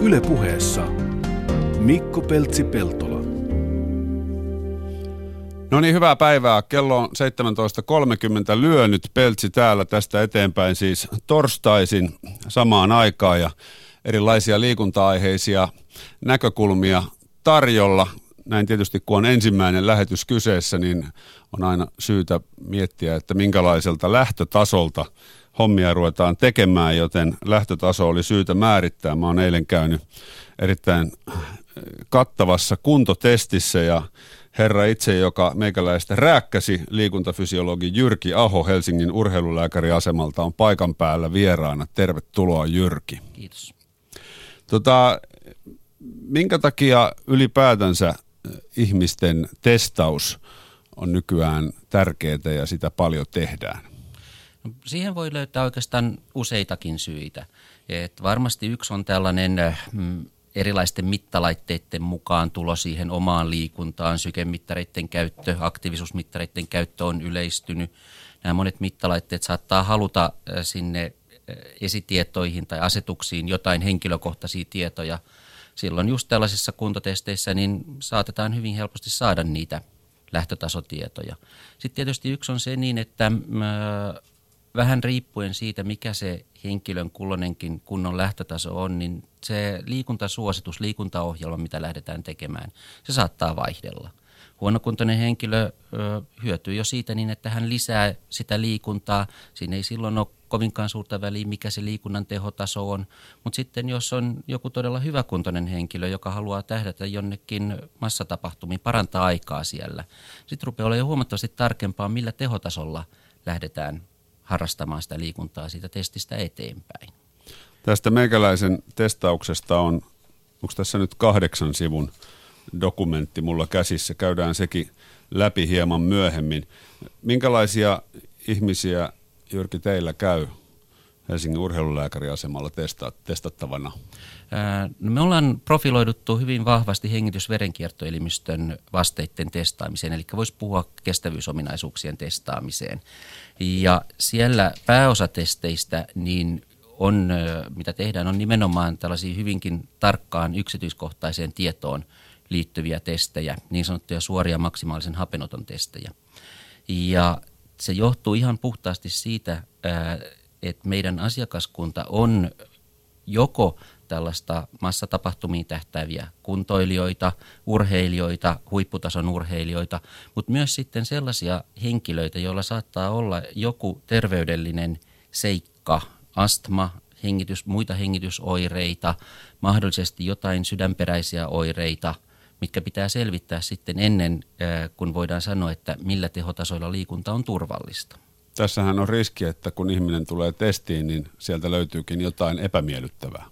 Yle Puheessa Mikko Peltsi-Peltola. No niin, hyvää päivää. Kello on 17.30 lyönyt. Peltsi täällä tästä eteenpäin siis torstaisin samaan aikaan ja erilaisia liikunta-aiheisia näkökulmia tarjolla. Näin tietysti kun on ensimmäinen lähetys kyseessä, niin on aina syytä miettiä, että minkälaiselta lähtötasolta hommia ruvetaan tekemään, joten lähtötaso oli syytä määrittää. Mä oon eilen käynyt erittäin kattavassa kuntotestissä ja herra itse, joka meikäläistä rääkkäsi, liikuntafysiologi Jyrki Aho Helsingin urheilulääkäriasemalta, on paikan päällä vieraana. Tervetuloa, Jyrki. Kiitos. Minkä takia ylipäätänsä ihmisten testaus on nykyään tärkeää ja sitä paljon tehdään? No, siihen voi löytää oikeastaan useitakin syitä. Varmasti yksi on tällainen erilaisten mittalaitteiden mukaan tulo siihen omaan liikuntaan. Sykemittareiden käyttö, aktiivisuusmittareiden käyttö on yleistynyt. Nämä monet mittalaitteet saattaa haluta sinne esitietoihin tai asetuksiin jotain henkilökohtaisia tietoja. Silloin just tällaisissa kuntotesteissä niin saatetaan hyvin helposti saada niitä lähtötasotietoja. Sitten tietysti yksi on se niin, että vähän riippuen siitä, mikä se henkilön kulloinenkin kunnon lähtötaso on, niin se liikuntasuositus, liikuntaohjelma, mitä lähdetään tekemään, se saattaa vaihdella. Huonokuntoinen henkilö hyötyy jo siitä niin, että hän lisää sitä liikuntaa. Siinä ei silloin ole kovinkaan suurta väliä, mikä se liikunnan tehotaso on. Mutta sitten jos on joku todella hyväkuntoinen henkilö, joka haluaa tähdätä jonnekin massatapahtumiin, parantaa aikaa siellä, sitten rupeaa olemaan jo huomattavasti tarkempaa, millä tehotasolla lähdetään harrastamaan sitä liikuntaa siitä testistä eteenpäin. Tästä meikäläisen testauksesta onko tässä nyt 8 sivun dokumentti mulla käsissä? Käydään sekin läpi hieman myöhemmin. Minkälaisia ihmisiä, Jyrki, teillä käy Helsingin urheilulääkäriasemalla testattavana? Me ollaan profiloiduttu hyvin vahvasti hengitysverenkiertoelimistön vasteiden testaamiseen, eli voisi puhua kestävyysominaisuuksien testaamiseen. Ja siellä pääosa testeistä, niin mitä tehdään, on nimenomaan tällaisia hyvinkin tarkkaan yksityiskohtaiseen tietoon liittyviä testejä, niin sanottuja suoria maksimaalisen hapenoton testejä. Ja se johtuu ihan puhtaasti siitä, että meidän asiakaskunta on joko tällaista massatapahtumiin tähtääviä kuntoilijoita, urheilijoita, huipputason urheilijoita, mutta myös sitten sellaisia henkilöitä, joilla saattaa olla joku terveydellinen seikka, astma, muita hengitysoireita, mahdollisesti jotain sydänperäisiä oireita, mitkä pitää selvittää sitten ennen kuin voidaan sanoa, että millä tehotasoilla liikunta on turvallista. Tässähän on riski, että kun ihminen tulee testiin, niin sieltä löytyykin jotain epämiellyttävää.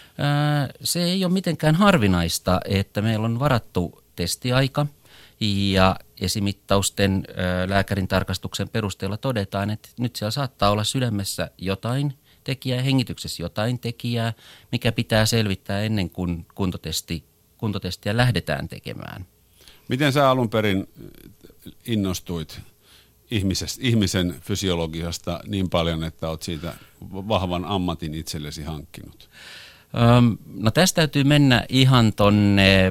Se ei ole mitenkään harvinaista, että meillä on varattu testiaika ja esimittausten lääkärin tarkastuksen perusteella todetaan, että nyt siellä saattaa olla sydämessä jotain tekijää, hengityksessä jotain tekijää, mikä pitää selvittää ennen kuin kuntotestiä lähdetään tekemään. Miten sä alun perin innostuit ihmisen fysiologiasta niin paljon, että olet siitä vahvan ammatin itsellesi hankkinut? No tästä täytyy mennä ihan tonne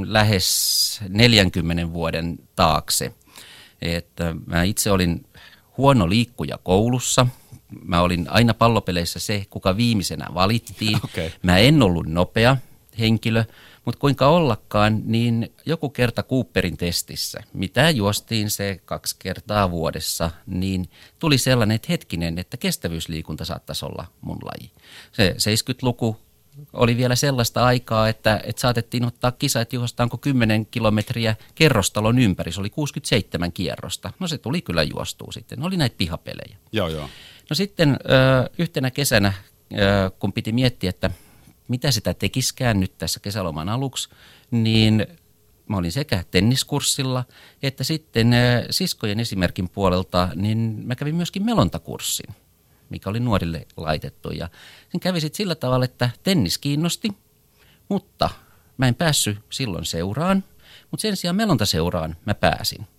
lähes 40 vuoden taakse. Että mä itse olin huono liikkuja koulussa. Mä olin aina pallopeleissä se, kuka viimeisenä valittiin. Okay. Mä en ollut nopea henkilö, mutta kuinka ollakaan, niin joku kerta Cooperin testissä, mitä juostiin se 2 kertaa vuodessa, niin tuli sellainen, että hetkinen, että kestävyysliikunta saattaisi olla mun laji. Se 70-luku oli vielä sellaista aikaa, että saatettiin ottaa kisa, että juostaanko 10 kilometriä kerrostalon ympäri. Se oli 67 kierrosta. No se tuli kyllä juostua sitten. Oli näitä pihapelejä. Joo. No sitten yhtenä kesänä, kun piti miettiä, että mitä sitä tekiskään nyt tässä kesäloman aluksi, niin mä olin sekä tenniskurssilla että sitten siskojen esimerkin puolelta, niin mä kävin myöskin melontakurssin, mikä oli nuorille laitettu. Ja sen kävi sitten sillä tavalla, että tennis kiinnosti, mutta mä en päässyt silloin seuraan, mutta sen sijaan melontaseuraan mä pääsin.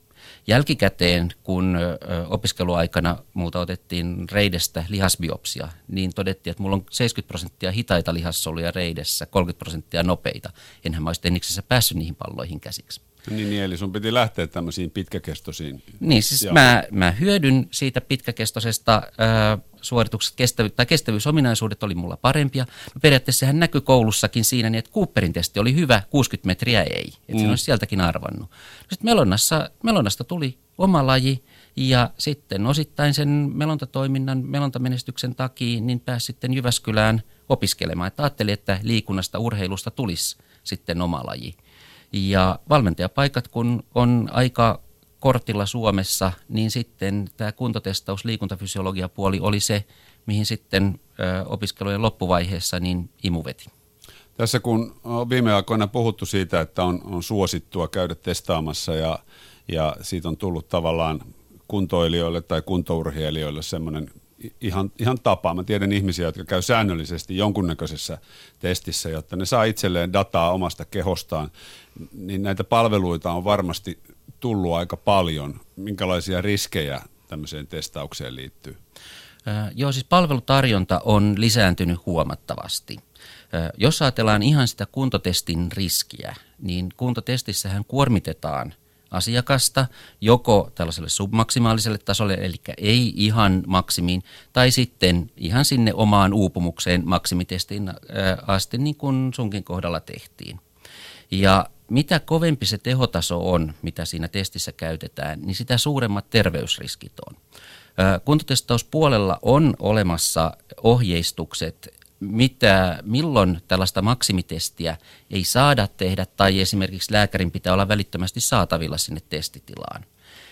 Jälkikäteen, kun opiskeluaikana multa otettiin reidestä lihasbiopsia, niin todettiin, että mulla on 70% hitaita lihassoluja reidessä, 30% nopeita. Enhän mä olisi tenniksessä päässyt niihin palloihin käsiksi. Niin, eli sun piti lähteä tämmöisiin pitkäkestoisiin. Niin, siis mä hyödyn siitä pitkäkestoisesta suorituksesta, kestävyysominaisuudet oli mulla parempia. No, periaatteessa sehän näkyi koulussakin siinä, niin että Cooperin testi oli hyvä, 60 metriä ei. Että sen olisi sieltäkin arvannut. Sitten melonnasta tuli oma laji ja sitten osittain sen melontamenestyksen takia niin pääsi sitten Jyväskylään opiskelemaan. Että ajattelin, että liikunnasta, urheilusta tulisi sitten oma laji. Ja valmentajapaikat, kun on aika kortilla Suomessa, niin sitten tämä kuntotestaus, liikuntafysiologiapuoli oli se, mihin sitten opiskelujen loppuvaiheessa niin imu veti. Tässä kun on viime aikoina puhuttu siitä, että on suosittua käydä testaamassa ja siitä on tullut tavallaan kuntoilijoille tai kuntourheilijoille semmoinen ihan tapa. Mä tiedän ihmisiä, jotka käy säännöllisesti jonkunnäköisessä testissä, jotta ne saa itselleen dataa omasta kehostaan, niin näitä palveluita on varmasti tullut aika paljon. Minkälaisia riskejä tämmöiseen testaukseen liittyy? Joo, siis palvelutarjonta on lisääntynyt huomattavasti. Jos ajatellaan ihan sitä kuntotestin riskiä, niin kuntotestissähän kuormitetaan asiakasta joko tällaiselle submaksimaaliselle tasolle, eli ei ihan maksimiin, tai sitten ihan sinne omaan uupumukseen maksimitestiin asti, niin kuin sunkin kohdalla tehtiin. Ja mitä kovempi se tehotaso on, mitä siinä testissä käytetään, niin sitä suuremmat terveysriskit on. Kuntotestauspuolella on olemassa ohjeistukset, milloin tällaista maksimitestiä ei saada tehdä tai esimerkiksi lääkärin pitää olla välittömästi saatavilla sinne testitilaan.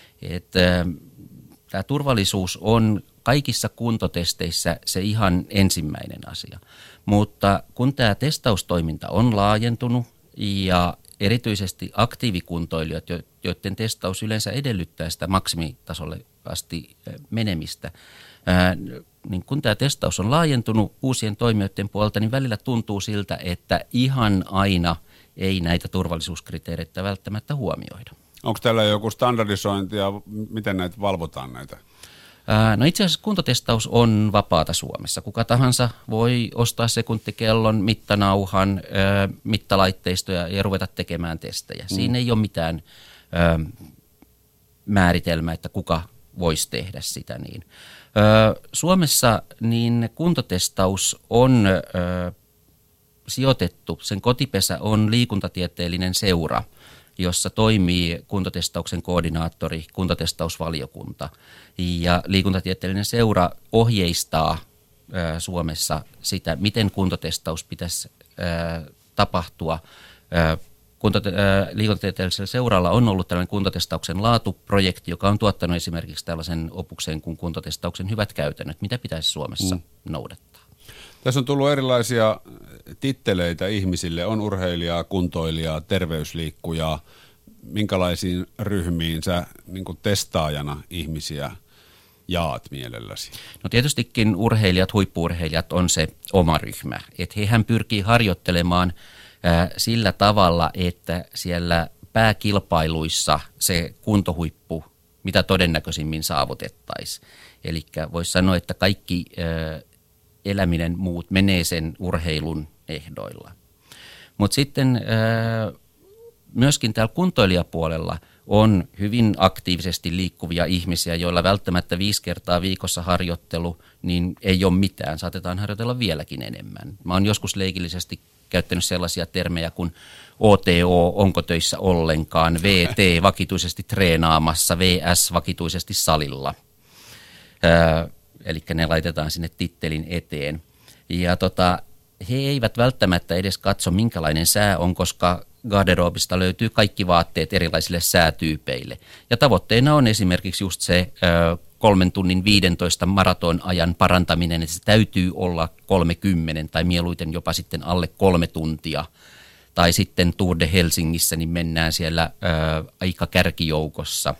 Tämä turvallisuus on kaikissa kuntotesteissä se ihan ensimmäinen asia, mutta kun tämä testaustoiminta on laajentunut ja erityisesti aktiivikuntoilijat, joiden testaus yleensä edellyttää sitä maksimitasolle asti menemistä, niin kun tämä testaus on laajentunut uusien toimijoiden puolelta, niin välillä tuntuu siltä, että ihan aina ei näitä turvallisuuskriteereitä välttämättä huomioida. Onko täällä joku standardisointi ja miten näitä valvotaan näitä? No itse asiassa kuntotestaus on vapaata Suomessa. Kuka tahansa voi ostaa sekuntikellon, mittanauhan, mittalaitteistoja ja ruveta tekemään testejä. Siinä ei ole mitään määritelmää, että kuka voisi tehdä sitä niin. Suomessa niin kuntotestaus on sijoitettu, sen kotipesä on liikuntatieteellinen seura, jossa toimii kuntotestauksen koordinaattori, kuntotestausvaliokunta. Ja liikuntatieteellinen seura ohjeistaa Suomessa sitä, miten kuntotestaus pitäisi tapahtua. Liikuntatieteellisellä seuralla on ollut tällainen kuntotestauksen laatuprojekti, joka on tuottanut esimerkiksi tällaisen opukseen kuin kuntotestauksen hyvät käytännöt, mitä pitäisi Suomessa noudattaa. Tässä on tullut erilaisia titteleitä ihmisille, on urheilijaa, kuntoilijaa, terveysliikkujaa. Minkälaisiin ryhmiin sä niin kuin testaajana ihmisiä jaat mielelläsi? No tietystikin urheilijat, huippu-urheilijat on se oma ryhmä, että hehän pyrkii harjoittelemaan sillä tavalla, että siellä pääkilpailuissa se kuntohuippu mitä todennäköisimmin saavutettaisiin. Eli voisi sanoa, että kaikki eläminen muut menee sen urheilun ehdoilla. Mutta sitten myöskin täällä kuntoilijapuolella on hyvin aktiivisesti liikkuvia ihmisiä, joilla välttämättä 5 kertaa viikossa harjoittelu niin ei ole mitään. Saatetaan harjoitella vieläkin enemmän. Mä oon joskus leikillisesti käyttänyt sellaisia termejä kuin OTO, onko töissä ollenkaan, VT, vakituisesti treenaamassa, VS, vakituisesti salilla. Eli ne laitetaan sinne tittelin eteen. Ja he eivät välttämättä edes katso, minkälainen sää on, koska garderobista löytyy kaikki vaatteet erilaisille säätyypeille. Ja tavoitteena on esimerkiksi just se 3 tunnin 15 maratonajan parantaminen, että se täytyy olla 30 tai mieluiten jopa sitten alle 3 tuntia. Tai sitten Tour de Helsingissä, niin mennään siellä aika kärkijoukossa.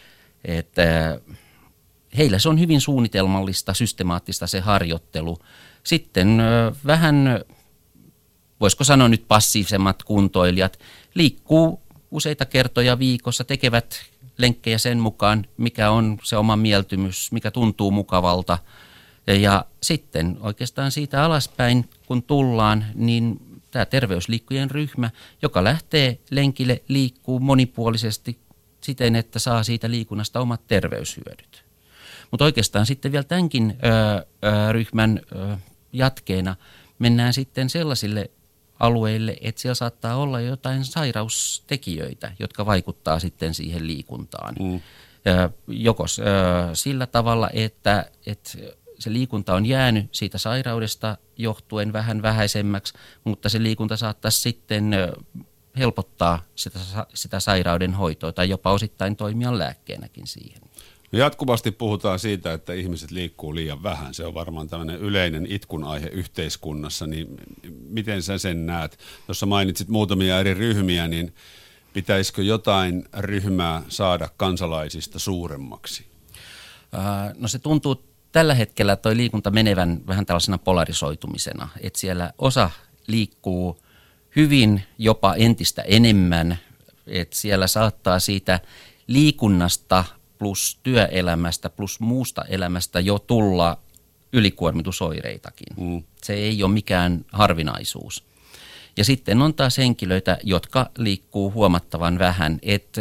Heillä se on hyvin suunnitelmallista, systemaattista se harjoittelu. Sitten vähän, voisiko sanoa nyt passiivisemmat kuntoilijat, liikkuu useita kertoja viikossa, tekevät lenkkejä sen mukaan, mikä on se oma mieltymys, mikä tuntuu mukavalta. Ja sitten oikeastaan siitä alaspäin, kun tullaan, niin tämä terveysliikkujien ryhmä, joka lähtee lenkille, liikkuu monipuolisesti siten, että saa siitä liikunnasta omat terveyshyödyt. Mutta oikeastaan sitten vielä tämänkin ryhmän jatkeena mennään sitten sellaisille alueille, että siellä saattaa olla jotain sairaustekijöitä, jotka vaikuttaa sitten siihen liikuntaan. Joko sillä tavalla, että se liikunta on jäänyt siitä sairaudesta johtuen vähän vähäisemmäksi, mutta se liikunta saattaisi sitten helpottaa sitä sairauden hoitoa tai jopa osittain toimia lääkkeenäkin siihen. Jatkuvasti puhutaan siitä, että ihmiset liikkuu liian vähän. Se on varmaan tämmöinen yleinen itkun aihe yhteiskunnassa. Niin miten sä sen näet? Tuossa mainitsit muutamia eri ryhmiä, niin pitäisikö jotain ryhmää saada kansalaisista suuremmaksi? No se tuntuu tällä hetkellä toi liikunta menevän vähän tällaisena polarisoitumisena. Että siellä osa liikkuu hyvin, jopa entistä enemmän. Että siellä saattaa siitä liikunnasta plus työelämästä plus muusta elämästä jo tulla ylikuormitusoireitakin. Se ei ole mikään harvinaisuus. Ja sitten on taas henkilöitä, jotka liikkuu huomattavan vähän.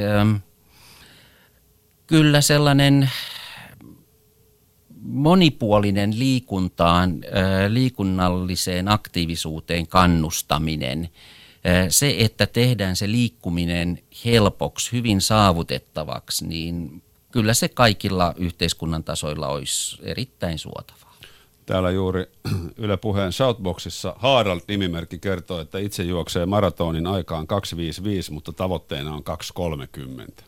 Kyllä sellainen monipuolinen liikunnalliseen aktiivisuuteen kannustaminen, se, että tehdään se liikkuminen helpoksi, hyvin saavutettavaksi, niin kyllä se kaikilla yhteiskunnan tasoilla olisi erittäin suotavaa. Täällä juuri Yle Puheen Shoutboxissa Harald-nimimerkki kertoo, että itse juoksee maratonin aikaan 2.55, mutta tavoitteena on 2.30.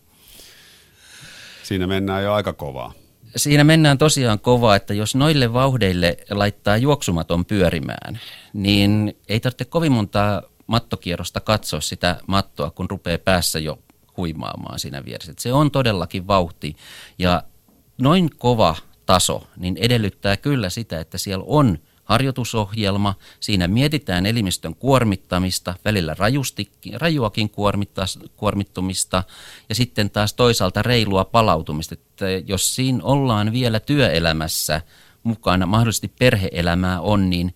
Siinä mennään jo aika kovaa. Siinä mennään tosiaan kovaa, että jos noille vauhdeille laittaa juoksumaton pyörimään, niin ei tarvitse kovin montaa mattokierrosta katsoa sitä mattoa, kun rupeaa päässä jo huimaamaan siinä vieressä. Se on todellakin vauhti ja noin kova taso niin edellyttää kyllä sitä, että siellä on harjoitusohjelma, siinä mietitään elimistön kuormittamista, välillä rajuakin kuormittumista ja sitten taas toisaalta reilua palautumista. Että jos siinä ollaan vielä työelämässä mukana, mahdollisesti perhe-elämää on, niin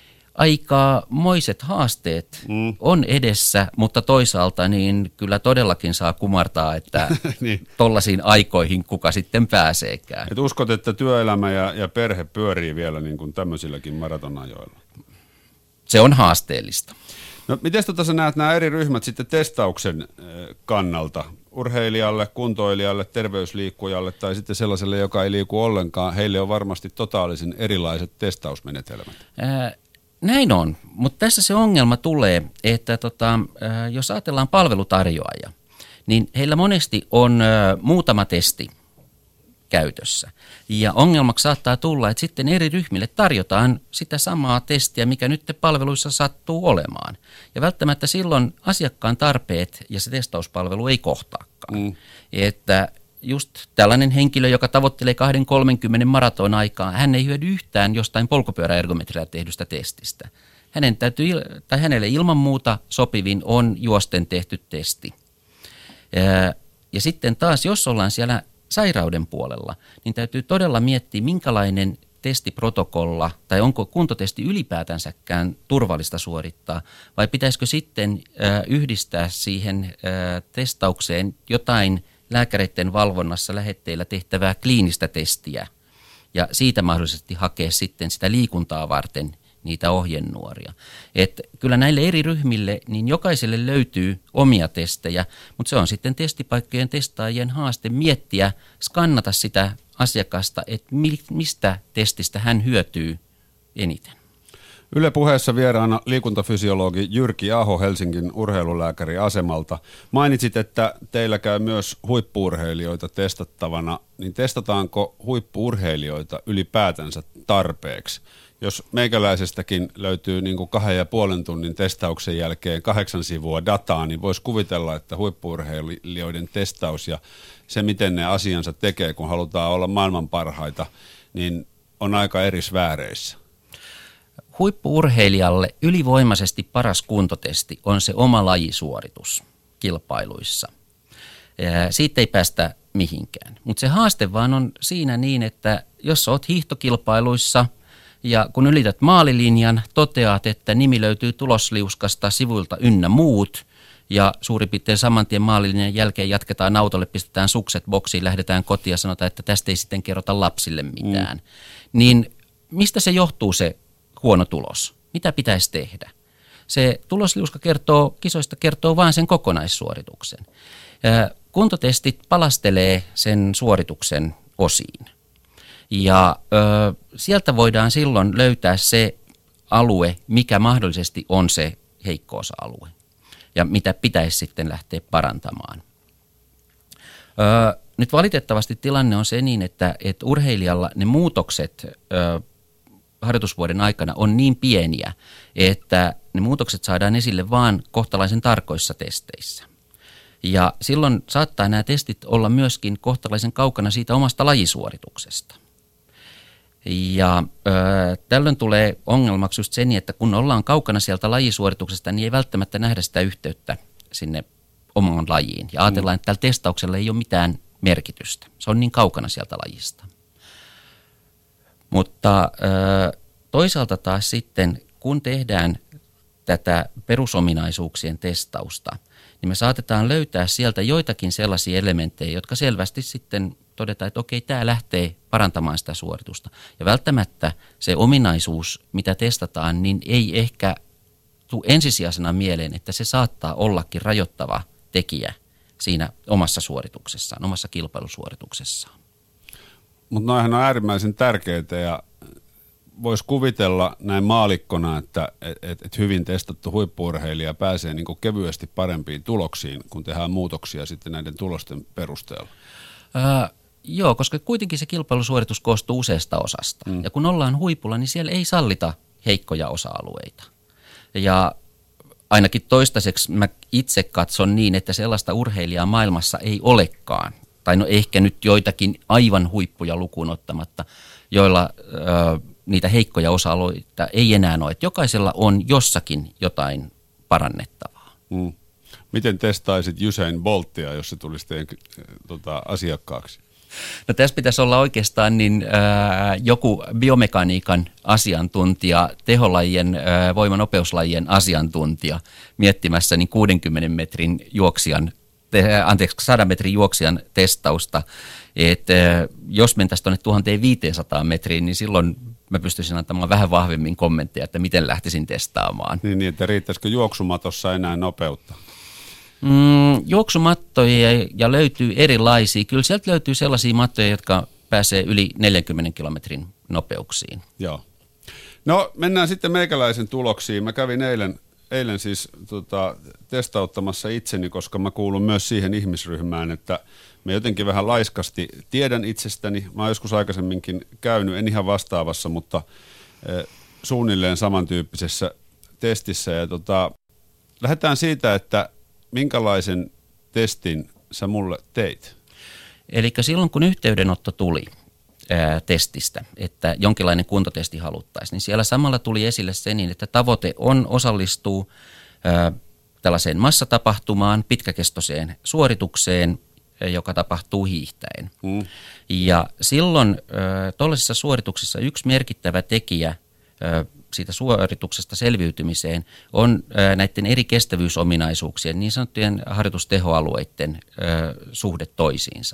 aikamoiset haasteet on edessä, mutta toisaalta niin kyllä todellakin saa kumartaa, että niin. Tollaisiin aikoihin kuka sitten pääseekään. Et uskot, että työelämä ja perhe pyörii vielä niin kuin tämmöisilläkin maratonajoilla? Se on haasteellista. No miten sä näet nämä eri ryhmät sitten testauksen kannalta? Urheilijalle, kuntoilijalle, terveysliikkujalle tai sitten sellaiselle, joka ei liiku ollenkaan. Heille on varmasti totaalisen erilaiset testausmenetelmät. Näin on, mutta tässä se ongelma tulee, että jos ajatellaan palvelutarjoajia, niin heillä monesti on muutama testi käytössä. Ja ongelmaksi saattaa tulla, että sitten eri ryhmille tarjotaan sitä samaa testiä, mikä nyt palveluissa sattuu olemaan. Ja välttämättä silloin asiakkaan tarpeet ja se testauspalvelu ei kohtaakaan. Että just tällainen henkilö, joka tavoittelee 2-30 maraton aikaa, hän ei hyödy yhtään jostain polkupyöräergometrialla tehdystä testistä. Hänelle ilman muuta sopivin on juosten tehty testi. Ja sitten taas, jos ollaan siellä sairauden puolella, niin täytyy todella miettiä, minkälainen testiprotokolla tai onko kuntotesti ylipäätänsäkään turvallista suorittaa vai pitäisikö sitten yhdistää siihen testaukseen jotain lääkäreiden valvonnassa lähetteillä tehtävää kliinistä testiä ja siitä mahdollisesti hakea sitten sitä liikuntaa varten niitä ohjenuoria. Et kyllä näille eri ryhmille, niin jokaiselle löytyy omia testejä, mutta se on sitten testipaikkojen testaajien haaste miettiä, skannata sitä asiakasta, että mistä testistä hän hyötyy eniten. Yle Puheessa vieraana liikuntafysiologi Jyrki Aho Helsingin urheilulääkäriasemalta. Mainitsit, että teillä käy myös huippu-urheilijoita testattavana, niin testataanko huippu-urheilijoita ylipäätänsä tarpeeksi? Jos meikäläisestäkin löytyy niin kuin 2,5 tunnin testauksen jälkeen 8 sivua dataa, niin voisi kuvitella, että huippu-urheilijoiden testaus ja se, miten ne asiansa tekee, kun halutaan olla maailman parhaita, niin on aika eri sfääreissä. Huippu-urheilijalle ylivoimaisesti paras kuntotesti on se oma lajisuoritus kilpailuissa. Siitä ei päästä mihinkään. Mutta se haaste vaan on siinä niin, että jos olet hiihtokilpailuissa ja kun ylität maalilinjan, toteat, että nimi löytyy tulosliuskasta sivuilta ynnä muut, ja suurin piirtein saman tien maalilinjan jälkeen jatketaan autolle, pistetään sukset boksiin, lähdetään kotiin ja sanotaan, että tästä ei sitten kerrota lapsille mitään. Niin mistä se johtuu se huono tulos? Mitä pitäisi tehdä? Se tulosliuska kisoista kertoo vain sen kokonaissuorituksen. Kuntotestit palastelee sen suorituksen osiin. Ja sieltä voidaan silloin löytää se alue, mikä mahdollisesti on se heikkousalue ja mitä pitäisi sitten lähteä parantamaan. Nyt valitettavasti tilanne on se niin, että urheilijalla ne muutokset harjoitusvuoden aikana on niin pieniä, että ne muutokset saadaan esille vaan kohtalaisen tarkoissa testeissä. Ja silloin saattaa nämä testit olla myöskin kohtalaisen kaukana siitä omasta lajisuorituksesta. Ja tällöin tulee ongelmaksi just sen, että kun ollaan kaukana sieltä lajisuorituksesta, niin ei välttämättä nähdä sitä yhteyttä sinne omaan lajiin. Ja ajatellaan, että tällä testauksella ei ole mitään merkitystä. Se on niin kaukana sieltä lajista. Mutta toisaalta taas sitten, kun tehdään tätä perusominaisuuksien testausta, niin me saatetaan löytää sieltä joitakin sellaisia elementtejä, jotka selvästi sitten todetaan, että okei, tämä lähtee parantamaan sitä suoritusta. Ja välttämättä se ominaisuus, mitä testataan, niin ei ehkä tule ensisijaisena mieleen, että se saattaa ollakin rajoittava tekijä siinä omassa suorituksessaan, omassa kilpailusuorituksessaan. Mutta noihän on äärimmäisen tärkeitä ja voisi kuvitella näin maalikkona, että hyvin testattu huippu-urheilija pääsee niin kuin kevyesti parempiin tuloksiin, kun tehdään muutoksia sitten näiden tulosten perusteella. Joo, koska kuitenkin se kilpailusuoritus koostuu useasta osasta. Ja kun ollaan huipulla, niin siellä ei sallita heikkoja osa-alueita. Ja ainakin toistaiseksi mä itse katson niin, että sellaista urheilijaa maailmassa ei olekaan. Tai no ehkä nyt joitakin aivan huippuja lukuun ottamatta, joilla niitä heikkoja osa-alueita ei enää ole. Että jokaisella on jossakin jotain parannettavaa. Miten testaisit Usain Boltia, jos se tulisi teidän asiakkaaksi? No tässä pitäisi olla oikeastaan joku biomekaniikan asiantuntija, teholajien, voimanopeuslajien asiantuntija miettimässä 60 metrin juoksijan, 100 metrin juoksijan testausta. Että jos mentäisiin tuonne 1500 metriin, niin silloin mä pystyisin antamaan vähän vahvemmin kommentteja, että miten lähtisin testaamaan. Niin, että riittäisikö juoksumatossa enää nopeutta? Juoksumattoja ja löytyy erilaisia. Kyllä sieltä löytyy sellaisia mattoja, jotka pääsee yli 40 kilometrin nopeuksiin. Joo. No mennään sitten meikäläisen tuloksiin. Mä kävin eilen siis testauttamassa itseni, koska mä kuulun myös siihen ihmisryhmään, että mä jotenkin vähän laiskasti tiedän itsestäni. Mä oon joskus aikaisemminkin käynyt, en ihan vastaavassa, mutta suunnilleen samantyyppisessä testissä. Ja lähdetään siitä, että minkälaisen testin sä mulle teit? Eli silloin kun yhteydenotto tuli testistä, että jonkinlainen kuntotesti haluttaisiin, niin siellä samalla tuli esille se niin, että tavoite on osallistua tällaiseen massatapahtumaan, pitkäkestoiseen suoritukseen, joka tapahtuu hiihtäen. Ja silloin tuollaisissa suorituksissa yksi merkittävä tekijä siitä suorituksesta selviytymiseen on näiden eri kestävyysominaisuuksien, niin sanottujen harjoitustehoalueiden suhde toisiinsa.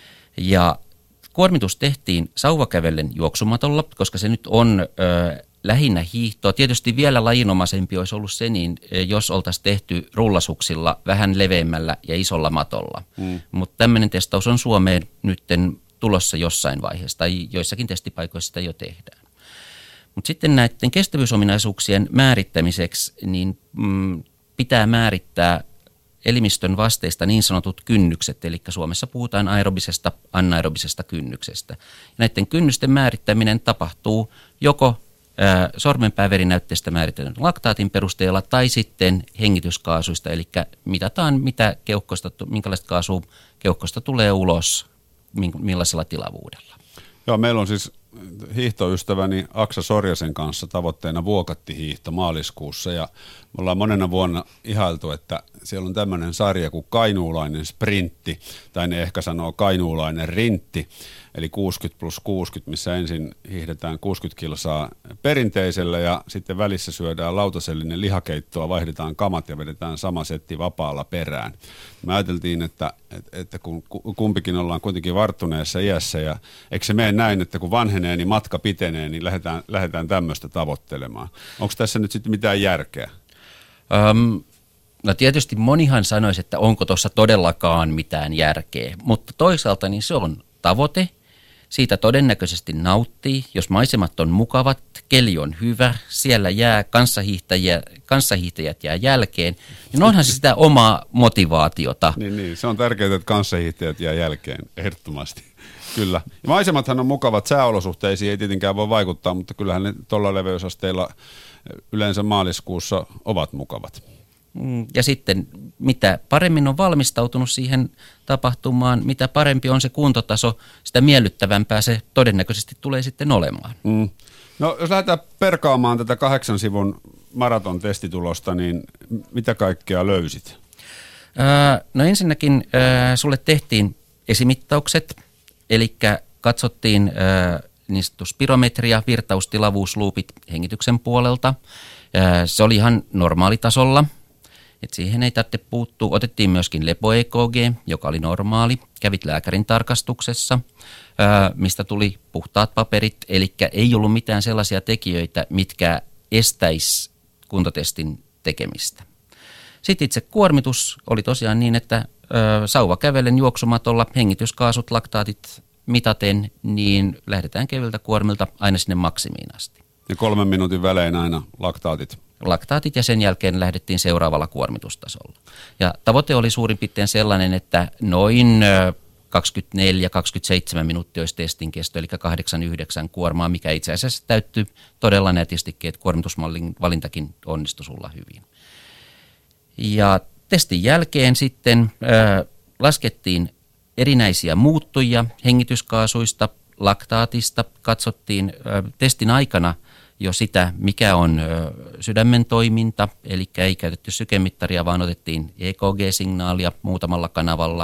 Ja kuormitus tehtiin sauvakävellen juoksumatolla, koska se nyt on lähinnä hiihtoa. Tietysti vielä lajinomaisempi olisi ollut se, niin jos oltaisiin tehty rullasuksilla vähän leveämmällä ja isolla matolla. Mutta tämmöinen testaus on Suomeen nyt tulossa jossain vaiheessa, tai joissakin testipaikoissa sitä jo tehdään. Mutta sitten näiden kestävyysominaisuuksien määrittämiseksi niin pitää määrittää elimistön vasteista niin sanotut kynnykset, eli Suomessa puhutaan aerobisesta, anaerobisesta kynnyksestä. Ja näiden kynnysten määrittäminen tapahtuu joko sormenpääverinäytteestä määritellyn laktaatin perusteella tai sitten hengityskaasuista, eli mitataan minkälaista kaasua keuhkosta tulee ulos, millaisella tilavuudella. Joo, meillä on siis hiihtoystäväni Aksa Sorjasen kanssa tavoitteena Vuokatti-hiihto maaliskuussa ja me ollaan monena vuonna ihailtu, että siellä on tämmöinen sarja kuin Kainuulainen sprintti, tai ne ehkä sanoo Kainuulainen rintti, eli 60+60, missä ensin hiihdetään 60 kilsaa perinteisellä ja sitten välissä syödään lautasellinen lihakeittoa, vaihdetaan kamat ja vedetään sama setti vapaalla perään. Me ajateltiin, että kun kumpikin ollaan kuitenkin varttuneessa iässä ja eikö se mene näin, että kun vanhenee, niin matka pitenee, niin lähdetään tämmöistä tavoittelemaan. Onko tässä nyt sitten mitään järkeä? No tietysti monihan sanoisi, että onko tuossa todellakaan mitään järkeä, mutta toisaalta niin se on tavoite. Siitä todennäköisesti nauttii, jos maisemat on mukavat, keli on hyvä, siellä jää kanssahiihtäjät jää jälkeen, niin onhan se sitä omaa motivaatiota. Niin, se on tärkeää, että kanssahiihtäjät jää jälkeen, ehdottomasti. Kyllä. Ja maisemathan on mukavat, sääolosuhteisiin ei tietenkään voi vaikuttaa, mutta kyllähän ne tuolla leveysasteilla yleensä maaliskuussa ovat mukavat. Ja sitten mitä paremmin on valmistautunut siihen tapahtumaan, mitä parempi on se kuntotaso, sitä miellyttävämpää se todennäköisesti tulee sitten olemaan. No jos lähdetään perkaamaan tätä 8 sivun maraton testitulosta, niin mitä kaikkea löysit? No ensinnäkin sulle tehtiin esimittaukset, eli katsottiin niin sanottu spirometria, virtaustilavuusluupit hengityksen puolelta. Se oli ihan normaalitasolla. Et siihen ei tarvitse puuttua. Otettiin myöskin lepo-EKG, joka oli normaali. Kävit lääkärin tarkastuksessa, mistä tuli puhtaat paperit. Eli ei ollut mitään sellaisia tekijöitä, mitkä estäisi kuntotestin tekemistä. Sitten itse kuormitus oli tosiaan niin, että sauva kävellen juoksumatolla, hengityskaasut, laktaatit mitaten, niin lähdetään kevyiltä kuormilta aina sinne maksimiin asti. Ja 3 minuutin välein aina laktaatit ja sen jälkeen lähdettiin seuraavalla kuormitustasolla. Ja tavoite oli suurin piirtein sellainen, että noin 24-27 minuuttia olisi testin kesto, eli 8-9 kuormaa, mikä itse asiassa täyttyi todella nätistikin, että kuormitusmallin valintakin onnistui sulla hyvin. Ja testin jälkeen sitten laskettiin erinäisiä muuttujia hengityskaasuista, laktaatista, katsottiin testin aikana jo sitä, mikä on sydämen toiminta, eli ei käytetty sykemittaria, vaan otettiin EKG-signaalia muutamalla kanavalla.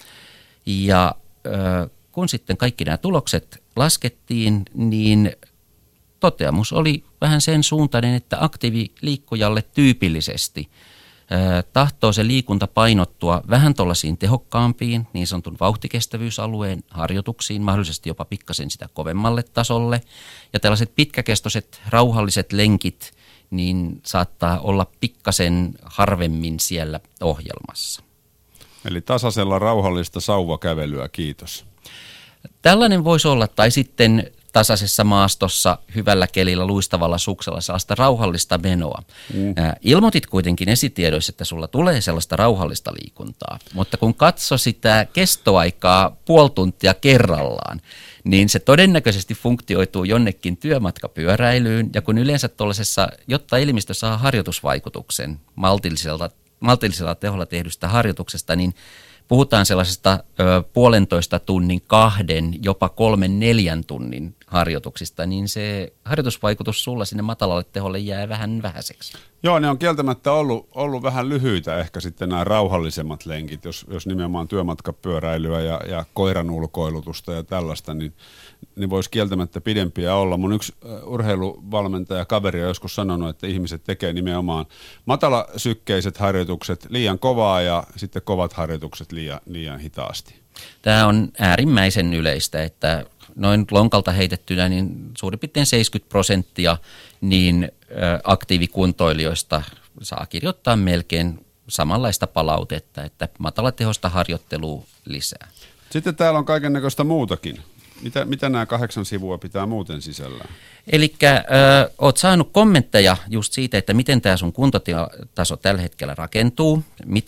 Ja kun sitten kaikki nämä tulokset laskettiin, niin toteamus oli vähän sen suuntainen, että aktiiviliikkujalle tyypillisesti tahtoo se liikunta painottua vähän tuollaisiin tehokkaampiin, niin sanotun vauhtikestävyysalueen harjoituksiin, mahdollisesti jopa pikkasen sitä kovemmalle tasolle. Ja tällaiset pitkäkestoiset, rauhalliset lenkit, niin saattaa olla pikkasen harvemmin siellä ohjelmassa. Eli tasaisella rauhallista sauvakävelyä, kiitos. Tällainen voisi olla, tai sitten tasaisessa maastossa, hyvällä kelillä, luistavalla suksella, sellaista rauhallista menoa. Ilmoitit kuitenkin esitiedoissa, että sulla tulee sellaista rauhallista liikuntaa, mutta kun katso sitä kestoaikaa puoli tuntia kerrallaan, niin se todennäköisesti funktioituu jonnekin työmatkapyöräilyyn, ja kun yleensä tuollaisessa, jotta elimistö saa harjoitusvaikutuksen maltillisella teholla tehdystä harjoituksesta, niin puhutaan sellaisesta 1,5 tunnin, 2, jopa 3-4 tunnin harjoituksista, niin se harjoitusvaikutus sulla sinne matalalle teholle jää vähän vähäiseksi. Joo, ne on kieltämättä ollut vähän lyhyitä ehkä sitten nämä rauhallisemmat lenkit, jos nimenomaan työmatkapyöräilyä ja koiran ulkoilutusta ja tällaista, niin voisi kieltämättä pidempiä olla. Mun yksi urheiluvalmentaja kaveri on joskus sanonut, että ihmiset tekee nimenomaan matalasykkeiset harjoitukset liian kovaa ja sitten kovat harjoitukset liian hitaasti. Tämä on äärimmäisen yleistä, että noin lonkalta heitettynä niin suurin piirtein 70% niin aktiivikuntoilijoista saa kirjoittaa melkein samanlaista palautetta, että matalatehosta harjoittelua lisää. Sitten täällä on kaikennäköistä muutakin. Mitä nämä 8 sivua pitää muuten sisällään? Eli oot saanut kommentteja just siitä, että miten tämä sun kuntotaso tällä hetkellä rakentuu,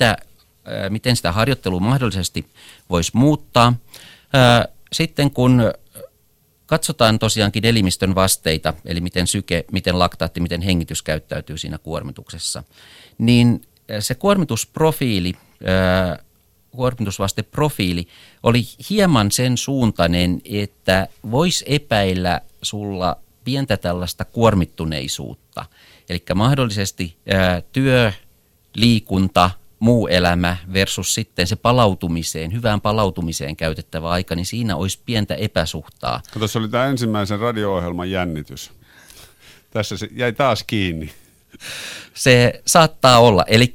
miten sitä harjoittelua mahdollisesti voisi muuttaa. Sitten kun katsotaan tosiaankin elimistön vasteita, eli miten syke, miten laktaatti, miten hengitys käyttäytyy siinä kuormituksessa, niin se kuormitusvasteprofiili oli hieman sen suuntainen, että voisi epäillä sulla pientä tällaista kuormittuneisuutta. Eli mahdollisesti työ, liikunta muu elämä versus sitten se palautumiseen, hyvään palautumiseen käytettävä aika, niin siinä olisi pientä epäsuhtaa. Tuossa oli tämä ensimmäisen radio-ohjelman jännitys. Tässä se jäi taas kiinni. Se saattaa olla. Eli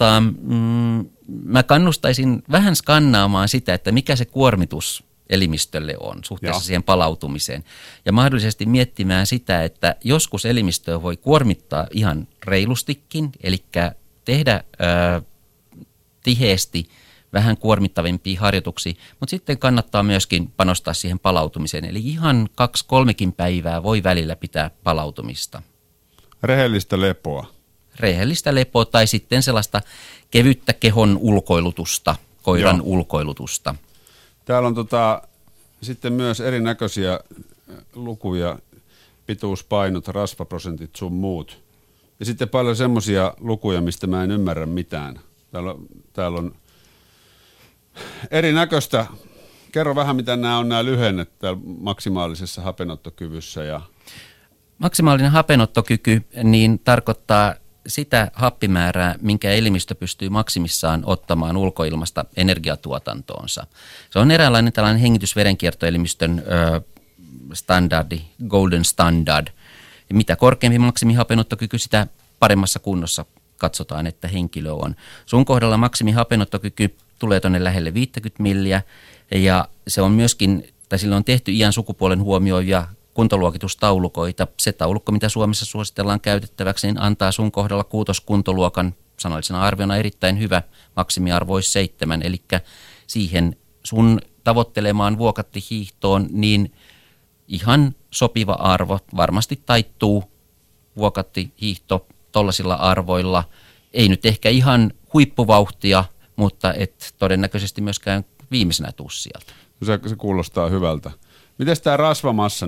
mä kannustaisin vähän skannaamaan sitä, että mikä se kuormitus elimistölle on suhteessa siihen palautumiseen. Ja mahdollisesti miettimään sitä, että joskus elimistöä voi kuormittaa ihan reilustikin, eli tehdä tiheesti vähän kuormittavimpia harjoituksia, mutta sitten kannattaa myöskin panostaa siihen palautumiseen. Eli ihan 2-3 päivää voi välillä pitää palautumista. Rehellistä lepoa. Rehellistä lepoa tai sitten sellaista kevyttä kehon ulkoilutusta, koiran ulkoilutusta. Täällä on sitten myös erinäköisiä lukuja, pituuspainot, rasvaprosentit sun muut. Ja sitten paljon semmoisia lukuja, mistä mä en ymmärrä mitään. Täällä on erinäköistä. Kerro vähän, mitä nämä lyhennet täällä maksimaalisessa hapenottokyvyssä. Maksimaalinen hapenottokyky niin tarkoittaa sitä happimäärää, minkä elimistö pystyy maksimissaan ottamaan ulkoilmasta energiatuotantoonsa. Se on eräänlainen tällainen hengitysverenkiertoelimistön standardi, golden standard. Ja mitä korkeampi maksimihapenottokyky, sitä paremmassa kunnossa katsotaan, että henkilö on. Sun kohdalla maksimihapenottokyky tulee tuonne lähelle 50 milliä ja se on myöskin, tai sillä on tehty iän sukupuolen huomioivia kuntoluokitustaulukoita. Se taulukko, mitä Suomessa suositellaan käytettäväksi, niin antaa sun kohdalla 6. kuntoluokan sanallisena arviona erittäin hyvä maksimiarvo olisi 7. Eli siihen sun tavoittelemaan vuokattihiihtoon niin ihan sopiva arvo. Varmasti taittuu vuokattihiihto tollasilla arvoilla. Ei nyt ehkä ihan huippuvauhtia, mutta et todennäköisesti myöskään viimeisenä tuu sieltä. Se kuulostaa hyvältä. Miten tämä rasvamassa,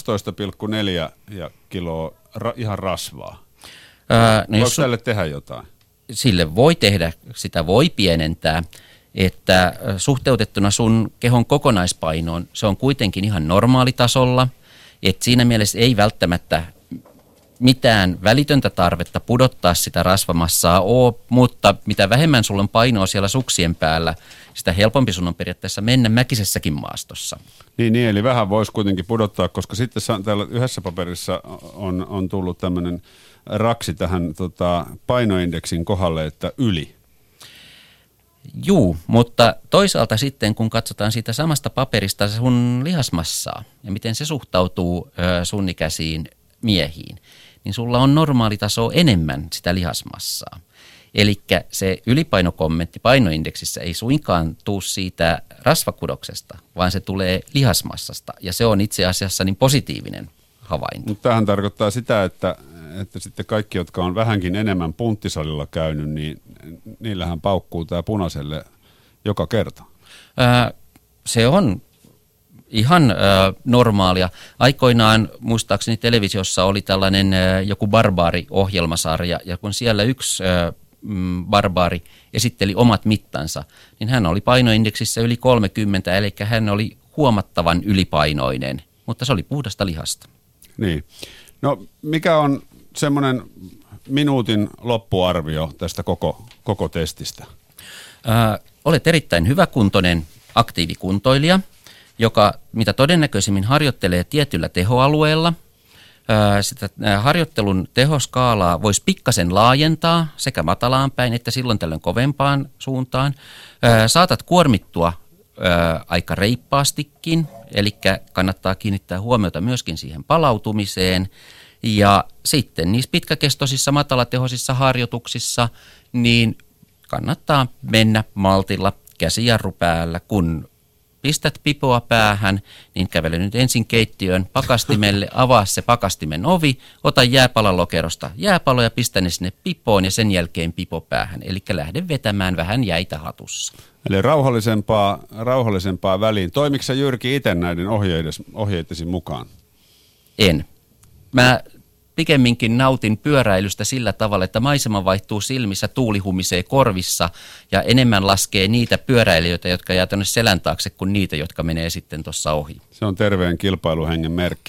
12,4 kiloa ihan rasvaa? Voiko tälle tehdä jotain? Sille voi tehdä, sitä voi pienentää, että suhteutettuna sun kehon kokonaispainoon se on kuitenkin ihan normaalitasolla, että siinä mielessä ei välttämättä mitään välitöntä tarvetta pudottaa sitä rasvamassaa ole, mutta mitä vähemmän sulla on painoa siellä suksien päällä, sitä helpompi sun on periaatteessa mennä mäkisessäkin maastossa. Niin, eli vähän voisi kuitenkin pudottaa, koska sitten täällä yhdessä paperissa on tullut tämmöinen raksi tähän painoindeksin kohdalle, että yli. Juu, mutta toisaalta sitten kun katsotaan siitä samasta paperista sun lihasmassaa ja miten se suhtautuu sun ikäisiin miehiin, niin sulla on normaalitaso enemmän sitä lihasmassaa. Eli se ylipainokommentti painoindeksissä ei suinkaan tuu siitä rasvakudoksesta, vaan se tulee lihasmassasta. Ja se on itse asiassa niin positiivinen havainto. Mutta tämähän tarkoittaa sitä, että sitten kaikki, jotka on vähänkin enemmän punttisalilla käynyt, niin niillähän paukkuu tämä punaiselle joka kerta. Se on ihan normaalia. Aikoinaan muistaakseni televisiossa oli tällainen joku barbaari-ohjelmasarja, ja kun siellä yksi barbaari esitteli omat mittansa, niin hän oli painoindeksissä yli 30, eli hän oli huomattavan ylipainoinen, mutta se oli puhdasta lihasta. Niin. No mikä on semmoinen minuutin loppuarvio tästä koko testistä? Olet erittäin hyväkuntoinen aktiivikuntoilija, joka mitä todennäköisimmin harjoittelee tietyllä tehoalueella. Sitä harjoittelun tehoskaalaa voisi pikkasen laajentaa sekä matalaan päin että silloin tällöin kovempaan suuntaan. Saatat kuormittua aika reippaastikin, eli kannattaa kiinnittää huomiota myöskin siihen palautumiseen. Ja sitten niissä pitkäkestoisissa matalatehoisissa harjoituksissa niin kannattaa mennä maltilla käsijarru päällä, kun pistät pipoa päähän, niin kävele nyt ensin keittiön pakastimelle, avaa se pakastimen ovi, ota jääpalan lokerosta jääpalo ja pistä ne sinne pipoon ja sen jälkeen pipo päähän. Eli lähde vetämään vähän jäitä hatussa. Eli rauhallisempaa väliin. Toimiko sä Jyrki itse näiden ohjeitesi mukaan? En. Mä pikemminkin nautin pyöräilystä sillä tavalla, että maisema vaihtuu silmissä, tuuli humisee korvissa ja enemmän laskee niitä pyöräilijöitä, jotka jää tuonne selän taakse, kuin niitä, jotka menee sitten tuossa ohi. Se on terveen kilpailuhengen merkki.